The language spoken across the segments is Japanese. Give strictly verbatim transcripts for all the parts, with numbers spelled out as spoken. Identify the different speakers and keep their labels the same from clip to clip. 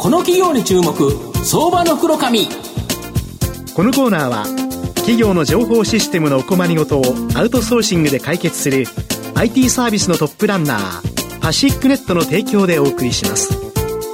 Speaker 1: この企業に注目、相場の袋紙。
Speaker 2: このコーナーは企業の情報システムのお困りごとをアウトソーシングで解決する アイティー サービスのトップランナーパシックネットの提供でお送りします。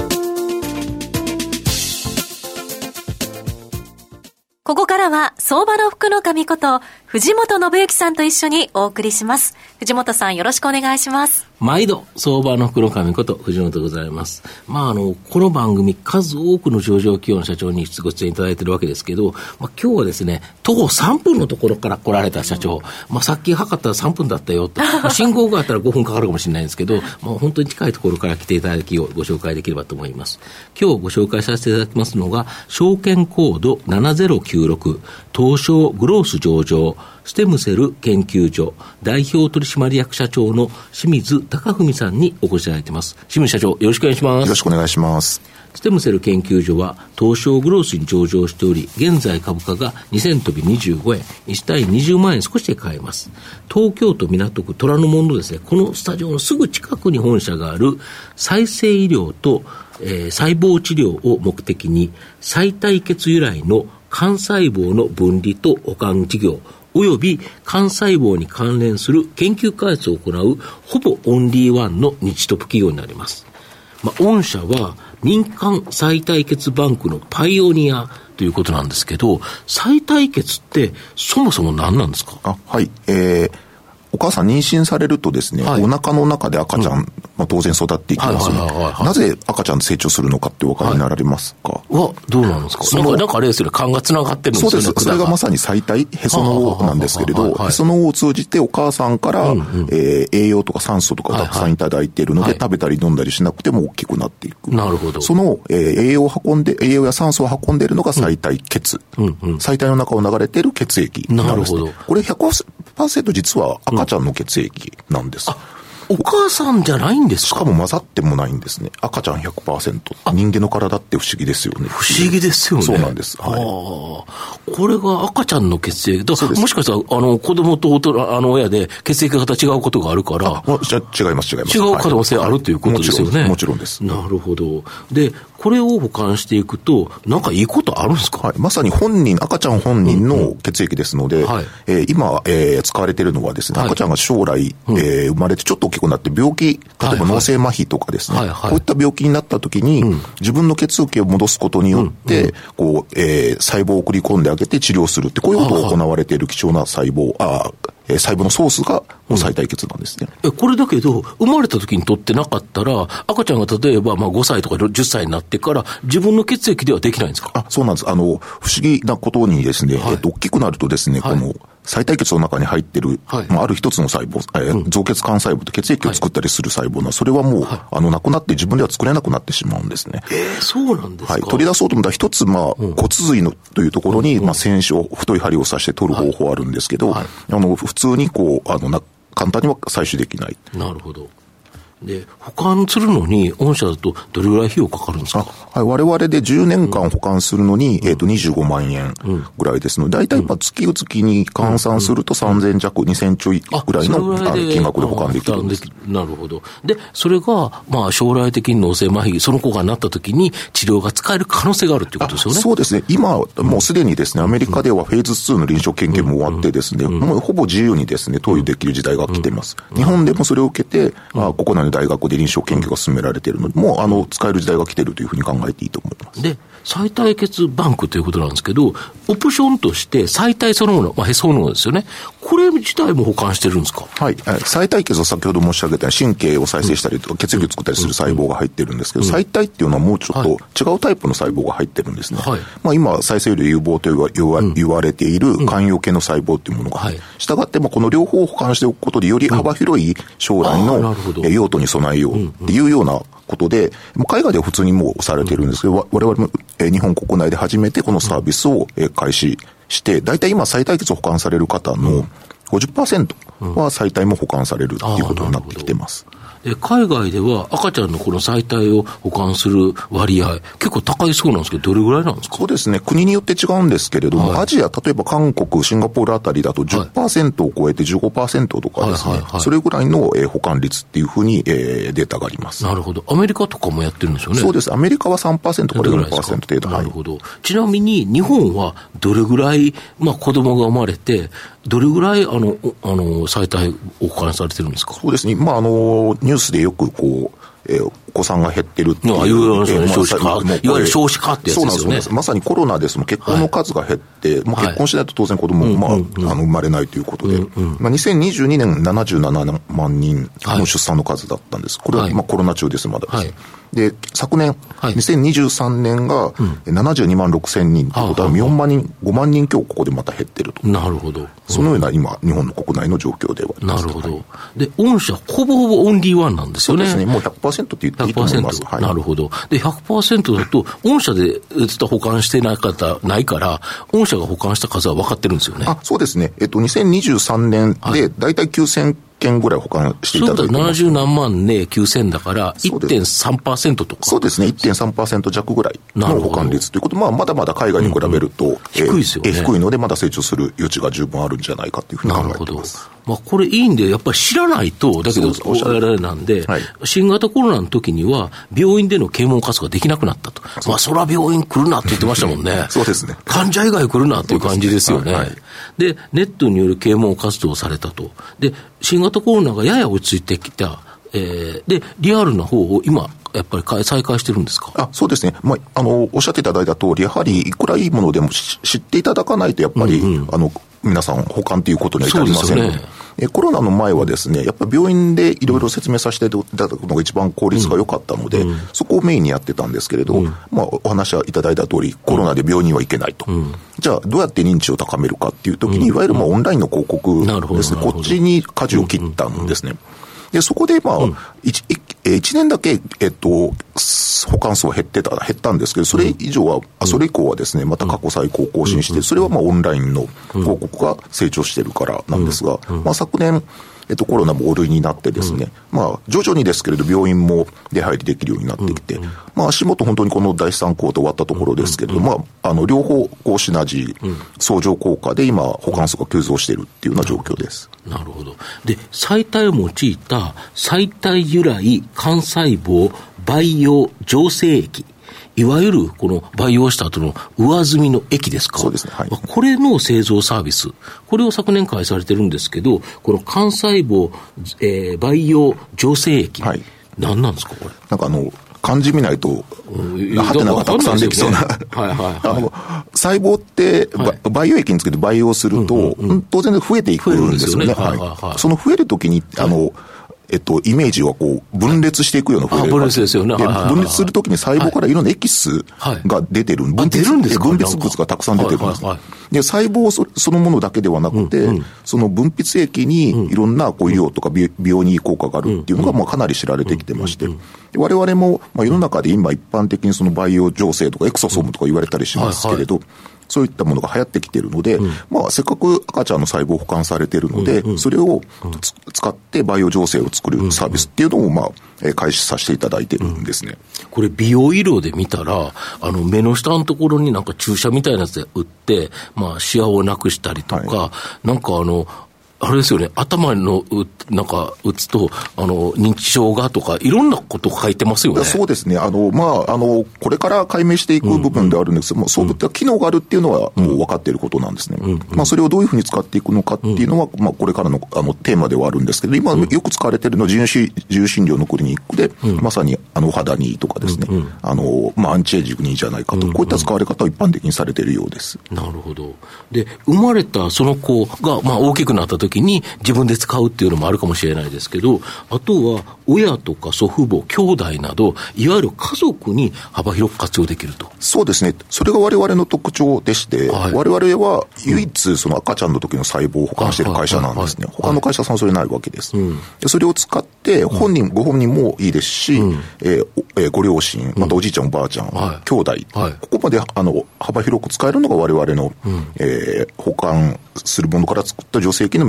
Speaker 3: ここからは相場の福の神こと藤本信之さんと一緒にお送りします。藤本さん、よろしくお願いします。
Speaker 1: 毎度相場の福の神こと藤本でございます。まああのこの番組数多くの上場企業の社長にご出演いただいているわけですけど、まあ、今日はですね徒歩さんぷんのところから来られた社長、まあ、さっき測ったらさんぷんだったよと、まあ、信号があったらごふんかかるかもしれないんですけど、まあ、本当に近いところから来ていただいた企業をご紹介できればと思います。今日ご紹介させていただきますのが証券コードななぜろきゅうろく東証グロース上場ステムセル研究所代表取締役社長の清水貴文さんにお越しいただいています。清水社長、よろしくお願いします。
Speaker 4: よろしくお願いします。
Speaker 1: ステムセル研究所は東証グロースに上場しており、現在株価がにせんとびにじゅうごえん、いち対にじゅうまんえん少しで買えます。東京都港区虎ノ門のですね、このスタジオのすぐ近くに本社がある再生医療と、えー、細胞治療を目的に再体血由来の幹細胞の分離と保管事業および幹細胞に関連する研究開発を行うほぼオンリーワンの日トップ企業になります。まあ、御社は民間再体血バンクのパイオニアということなんですけど、再体血ってそもそも何なんですか？
Speaker 4: あ、はい、えーお母さん妊娠されるとですね、はい、お腹の中で赤ちゃん、うんまあ、当然育っていきますね。なぜ赤ちゃん成長するのかってお分かりになられますか？
Speaker 1: はい、わ、どうなんですか？なんか、なんかあれですよね、管がつながってるんですよね。
Speaker 4: そうです。それがまさに再体、へその緒なんですけれど、へその緒を通じてお母さんから、うんうんえー、栄養とか酸素とかをたくさんいただいているので、はいはい、食べたり飲んだりしなくても大きくなっていく。なるほど。その、えー、栄養を運んで、栄養や酸素を運んでいるのが再体血。うんうんうん、再体の中を流れている血液なんですね。なるほど。これ ひゃくパーセント 実は赤ちゃんの血液なんです。
Speaker 1: うん、あ、お母さんじゃないんですか？
Speaker 4: しかも混ざってもないんですね。赤ちゃん ひゃくパーセント。人間の体って不思議ですよね。
Speaker 1: 不思議ですよね。
Speaker 4: そうなんです。はい。
Speaker 1: あ、これが赤ちゃんの血液だ。もしかしたらあの子供と大人あの親で血液型違うことがあるから。
Speaker 4: あ、じゃ違います違います。
Speaker 1: 違う可能性あるということですよね。
Speaker 4: はい、もちろんです。
Speaker 1: なるほど。で、これを保管していくとなんかいいことあるんですか？
Speaker 4: はい。まさに本人赤ちゃん本人の血液ですので、うんうんはいえー、今、えー、使われているのはですね、赤ちゃんが将来、うんえー、生まれてちょっと大きくなって病気例えば脳性麻痺とかですね、はいはい、こういった病気になった時に、うん、自分の血液を戻すことによって、うんうんこうえー、細胞を送り込んであげて治療するってこういうことが行われている貴重な細胞あえー、細胞のソースがもう再体血なんですね、
Speaker 1: うん、えこれだけど生まれた時に取ってなかったら赤ちゃんが例えばまあごさいとかじゅっさいになってから自分の血液ではできないんですか？
Speaker 4: あ、そうなんです。あの不思議なことにですね、はいえっと、大きくなるとですね、はい、この再体血の中に入ってる、はいまあ、ある一つの細胞、えーうん、造血幹細胞と血液を作ったりする細胞な、はい、それはもう、はい、あのなくなって自分では作れなくなってしまうんですね。
Speaker 1: えー、そうなんですか？
Speaker 4: はい、取り出そうと思ったら一つ、まあうん、骨髄のというところに、うんまあ、線子を太い針を刺して取る方法あるんですけど、はいはい、あの普通にこうあのな簡単には採取できない。
Speaker 1: なるほど。で保管するのに御社だとどれぐらい費用かかるんですか？
Speaker 4: はい、我々でじゅうねんかん保管するのに、うん、えっとにじゅうごまんえんぐらいですので、だいたい月々に換算するとさんぜんじゃく、にせんちょいぐらいの金額で保管できるんです。
Speaker 1: なるほど。でそれがまあ将来的に脳性麻痺その子がなった時に治療が使える可能性があるということですよね。
Speaker 4: そうですね。今もうすでにですねアメリカではフェーズツーの臨床研究も終わってですね、うんうん、もうほぼ自由にですね投与できる時代が来ています、うん、日本でもそれを受けて、うん、あ国内の大学で臨床研究が進められているので、もうあの使える時代が来ているというふうに考えていいと思います。
Speaker 1: で再体血バンクということなんですけど、オプションとして再体そのもの、まあ、へそのものですよね。これ自体も保管してるんですか？
Speaker 4: はい。再体血は先ほど申し上げた神経を再生したりとか、うん、血液を作ったりする細胞が入ってるんですけど、うん、再体っていうのはもうちょっと違うタイプの細胞が入ってるんですね。はい、まあ、今再生医療有望と言わ、言わ、うん、言われている間葉系の細胞っていうものが、はい、したがってまあこの両方を保管しておくことでより幅広い将来の用途に備えようっていうようなことで、海外では普通にもうされているんですけど、我々も日本国内で初めてこのサービスを開始して、だいたい今再体血を保管される方の ごじゅっパーセント は再体も保管されるっていうことになってきてます。
Speaker 1: え海外では赤ちゃんのこの臍帯を保管する割合、結構高いそうなんですけど、どれぐらいなんですか？
Speaker 4: そうですね、国によって違うんですけれども、はい、アジア、例えば韓国、シンガポールあたりだと じゅっパーセント を超えて じゅうごパーセント とかですね、はいはいはい、それぐらいの、えー、保管率っていうふうに、えー、データがあります。
Speaker 1: なるほど。アメリカとかもやってるんですよね。
Speaker 4: そうです。アメリカは さんパーセント これ よんパーセント 程度。
Speaker 1: なるほど、はい。ちなみに日本はどれぐらい、まあ、子供が生まれて、どれぐらいあのあの臍帯を保管されてるんですか？
Speaker 4: そうですね、まあ、あのニュースでよくこう、えー、お子さんが減ってるっていう、
Speaker 1: いわゆる少子化、いわゆる少子化ってやつですよね。
Speaker 4: そうなんです。まさにコロナでその結婚の数が減って、はい、まあ、結婚しないと当然子供も、まあ、うんうんうん、あの生まれないということで、うんうん、まあ、にせんにじゅうにねんななじゅうななまんにんの出産の数だったんです。これは、まあ、コロナ中です、まだです。はい、で昨年、はい、にせんにじゅうさんねんがななじゅうにまんろくせんにんということは、よんまんにん、ごまんにん強ここでまた減ってると。
Speaker 1: なるほど。
Speaker 4: そのような今、日本の国内の状況ではあります。
Speaker 1: なるほど。で、御社、ほぼほぼオンリーワンなんですよね。
Speaker 4: そうですね。もう ひゃくパーセント って言っていいと思います。
Speaker 1: はい、なるほど。で、ひゃくパーセント だと、御社で保管してない方ないから、御社が保管した数は分かってるんですよね。
Speaker 4: あ、そうですね。えっと、にせんにじゅうさんねんで、だいたいきゅうせんけんぐらい保管していただいてます。そうだ、ななじゅうなんまんね、きゅうせんだから、いってんさんパーセント とか。 そうですね、いってんさんパーセント 弱ぐらいの保管率ということで、まあ、まだまだ海外に比べると、うんうん、
Speaker 1: 低いですよね。
Speaker 4: 低いので、まだ成長する余地が十分あるんじゃないかというふうに考えています。
Speaker 1: まあ、これいいんで、やっぱり知らないと、だけどおっしゃられなんで、はい、新型コロナの時には、病院での啓蒙活動ができなくなったと。まあ、そら病院来るなって言ってましたもんね。
Speaker 4: そうですね。
Speaker 1: 患者以外来るなっていう感じですよね。で, す、ねはい、で、ネットによる啓蒙活動をされたと。で、新型コロナがやや落ち着いてきた。えー、で、リアルな方を今、やっぱり再開してるんですか？
Speaker 4: あ、そうですね。まあ、あの、おっしゃっていただいた通り、やはりいくらいいものでも知っていただかないと、やっぱり、うんうん、あの、皆さん保管ということには至りませんので。そうですよね。えコロナの前はですね、やっぱり病院でいろいろ説明させていただくのが一番効率が良かったので、うん、そこをメインにやってたんですけれど、うん、まあ、お話はいただいた通り、コロナで病院には行けないと。うん、じゃあ、どうやって認知を高めるかっていうときに、いわゆるまあオンラインの広告ですね、こっちに舵を切ったんですね。で、そこで、まあ、うん、一, 一年だけ、えっと、保管数は減ってた、減ったんですけど、それ以上は、うん、それ以降はですね、また過去最高を更新して、それはまあオンラインの広告が成長してるからなんですが、うんうん、まあ昨年、えっと、コロナもご類になってですね、うん、まあ、徐々にですけれど、病院も出入りできるようになってきて、うん、まあ、足元本当にこのだいさんクォーター終わったところですけれど、うん、まあ、あの、両方、こう、シナジー、うん、相乗効果で今、保管数が急増しているっていうような状況です。
Speaker 1: なるほど。で、臍帯を用いた、臍帯由来幹細胞培養醸成液。いわゆるこの培養した後の上澄みの液ですか？
Speaker 4: そうですね。はい。
Speaker 1: これの製造サービス。これを昨年開催されてるんですけど、この幹細胞、えー、培養醸成液。はい。何なんですか、これ。
Speaker 4: なんかあの、漢字見ないと、はてながたくさんできそうな。はいはいはい。あの、細胞って、はい、培養液につけて培養すると、うんうん、当然増えていくんですよね。はいはいはい。その増えるときに、あの、はい、えっと、イメージはこう、分裂していくような増える。
Speaker 1: 分裂ですよね。
Speaker 4: で、分裂するときに細胞からいろんなエキスが出てる。
Speaker 1: はいはい、出るんですか？
Speaker 4: 分泌物がたくさん出てくるんです。はいはいはい、で、細胞 そ, そのものだけではなくて、うんうん、その分泌液にいろんなこう医療とか美容に効果があるっていうのが、まあかなり知られてきてまして、うんうんうん、我々も、まあ世の中で今一般的にその培養醸成とかエクソソームとか言われたりしますけれど、はいはい、そういったものが流行ってきているので、うん、まあ、せっかく赤ちゃんの細胞保管されているので、うんうん、それを使って培養醸成を作るサービスっていうのを、まあ、えー、開始させていただいているんですね。
Speaker 1: うん、これ、美容医療で見たら、あの、目の下のところになんか注射みたいなやつで打って、まあ、シワをなくしたりとか、はい、なんかあの、あれですよね、頭のなんか打つと、あの、認知症がとか、いろんなこと書いてますよね。
Speaker 4: そうですね。あの、まあ、あの、これから解明していく部分であるんですけども、うんうん、そういった機能があるっていうのはもう分かっていることなんですね。うんうん、まあ、それをどういうふうに使っていくのかっていうのは、うん、まあ、これからの、あの、テーマではあるんですけど、今よく使われているのは自由診療のクリニックで、うん、まさに、あの、お肌にいいとかですね、うんうん、あの、まあ、アンチエイジングにいいじゃないかと、うんうん、こういった使われ方を一般的にされているようです。
Speaker 1: なるほど。で、生まれたその子が、まあ、大きくなった時に、自分で使うっていうのもあるかもしれないですけど、あとは親とか祖父母、兄弟など、いわゆる家族に幅広く活用できると。
Speaker 4: そうですね。それが我々の特徴でして、はい、我々は唯一その赤ちゃんの時の細胞を保管している会社なんですね。他の会社さんはそれないわけです。うん、でそれを使って本人、うん、ご本人もいいですし、うんえーえー、ご両親、またおじいちゃんおばあちゃん、うん、兄弟、はい、ここまであの幅広く使えるのが我々の、うんえー、保管するものから作った助成器のメ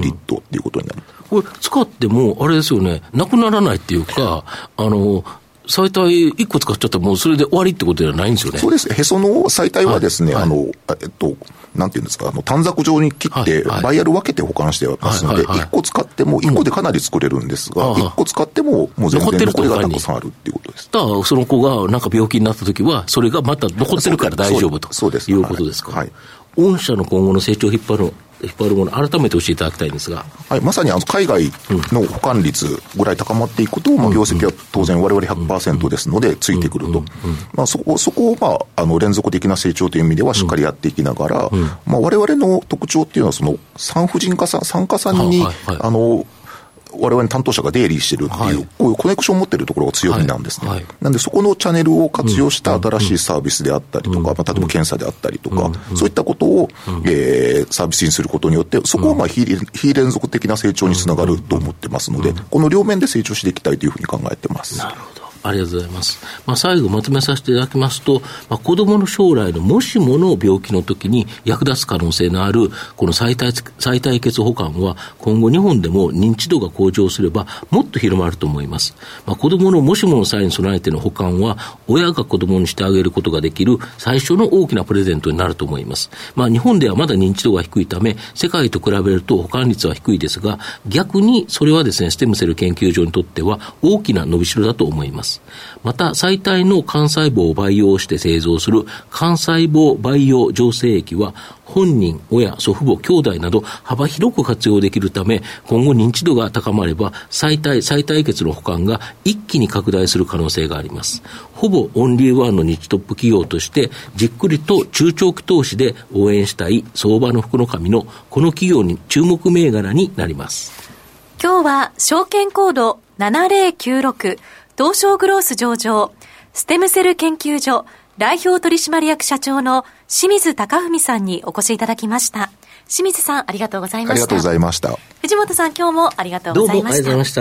Speaker 4: メリットっていうことになる。
Speaker 1: うん、これ使ってもあれですよね、なくならないっていうか、あの最大いっこ使っちゃったらもうそれで終わりってことではないんですよね。
Speaker 4: そうです。へその最大はですね、はい、あの、えっと、なんていうんですか、あの短冊状に切って、バイヤル分けて保管してますので、いっこ使っても、いっこでかなり作れるんですが、うん、いっこ使っても、もう全然残りがたくさんあるっていうことです。
Speaker 1: だからその子がなんか病気になったときは、それがまた残ってるから大丈夫ということですか。
Speaker 4: はい。
Speaker 1: 御社の今後の成長を引っ張る引っ張るもの、改めて教えていただきたいんですが、
Speaker 4: はい、まさにあの海外の保管率ぐらい高まっていくと、うん、まあ、業績は当然、われわれ ひゃくパーセント ですので、ついてくると、まあ、そこ、そこを、まあ、あの連続的な成長という意味ではしっかりやっていきながら、うん、まあ、われわれの特徴っていうのは、その産婦人科さん、産科さんに、はいはいはい、あの我々の担当者が出入りしてるっていう、はい、こういうコネクションを持ってるところが強みなんですね、はいはい、なんでそこのチャンネルを活用した新しいサービスであったりとか、うん、まあ、例えば検査であったりとか、うん、そういったことを、うん、えー、サービスにすることによってそこはまあ非、非連続的な成長につながると思ってますので、この両面で成長していきたいというふうに考えてます。
Speaker 1: なるほど、ありがとうございます。まあ、最後まとめさせていただきますと、まあ、子どもの将来のもしもの病気の時に役立つ可能性のあるこの再対、再対決保管は今後日本でも認知度が向上すればもっと広まると思います。まあ、子どものもしもの際に備えての保管は親が子どもにしてあげることができる最初の大きなプレゼントになると思います。まあ、日本ではまだ認知度が低いため世界と比べると保管率は低いですが、逆にそれはですね、ステムセル研究所にとっては大きな伸びしろだと思います。また最大の幹細胞を培養して製造する幹細胞培養醸成液は本人、親、祖父母、兄弟など幅広く活用できるため、今後認知度が高まれば再対、再対決の保管が一気に拡大する可能性があります。ほぼオンリーワンのニッチトップ企業としてじっくりと中長期投資で応援したい相場の福の神のこの企業に注目銘柄になります。
Speaker 3: 今日は証券コードななぜろきゅうろく東証グロース上場ステムセル研究所代表取締役社長の清水貴文さんにお越しいただきました。清水さん、ありがとうございました。
Speaker 4: ありがとうございました。
Speaker 3: 藤本さん、今日もありがとうございました。どうもありがとうございました。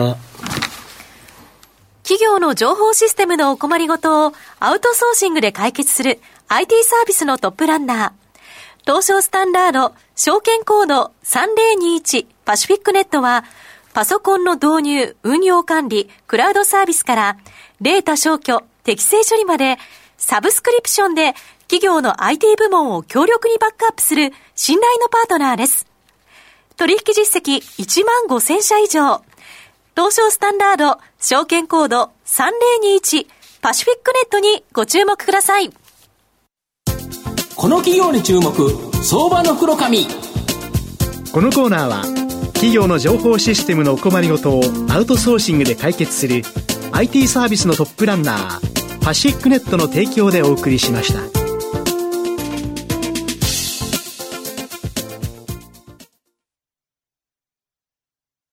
Speaker 3: 企業の情報システムのお困りごとをアウトソーシングで解決する アイティー サービスのトップランナー、東証スタンダード証券コードさんぜろにいちパシフィックネットはパソコンの導入、運用管理、クラウドサービスからデータ消去、適正処理までサブスクリプションで企業の アイティー 部門を強力にバックアップする信頼のパートナーです。取引実績いちまんごせんしゃ以上。東証スタンダード証券コードさんぜろにいちパシフィックネットにご注目ください。
Speaker 1: この企業に注目、相場の黒髪。
Speaker 2: このコーナーは企業の情報システムのお困りごとをアウトソーシングで解決する アイティー サービスのトップランナーパシフィックネットの提供でお送りしました。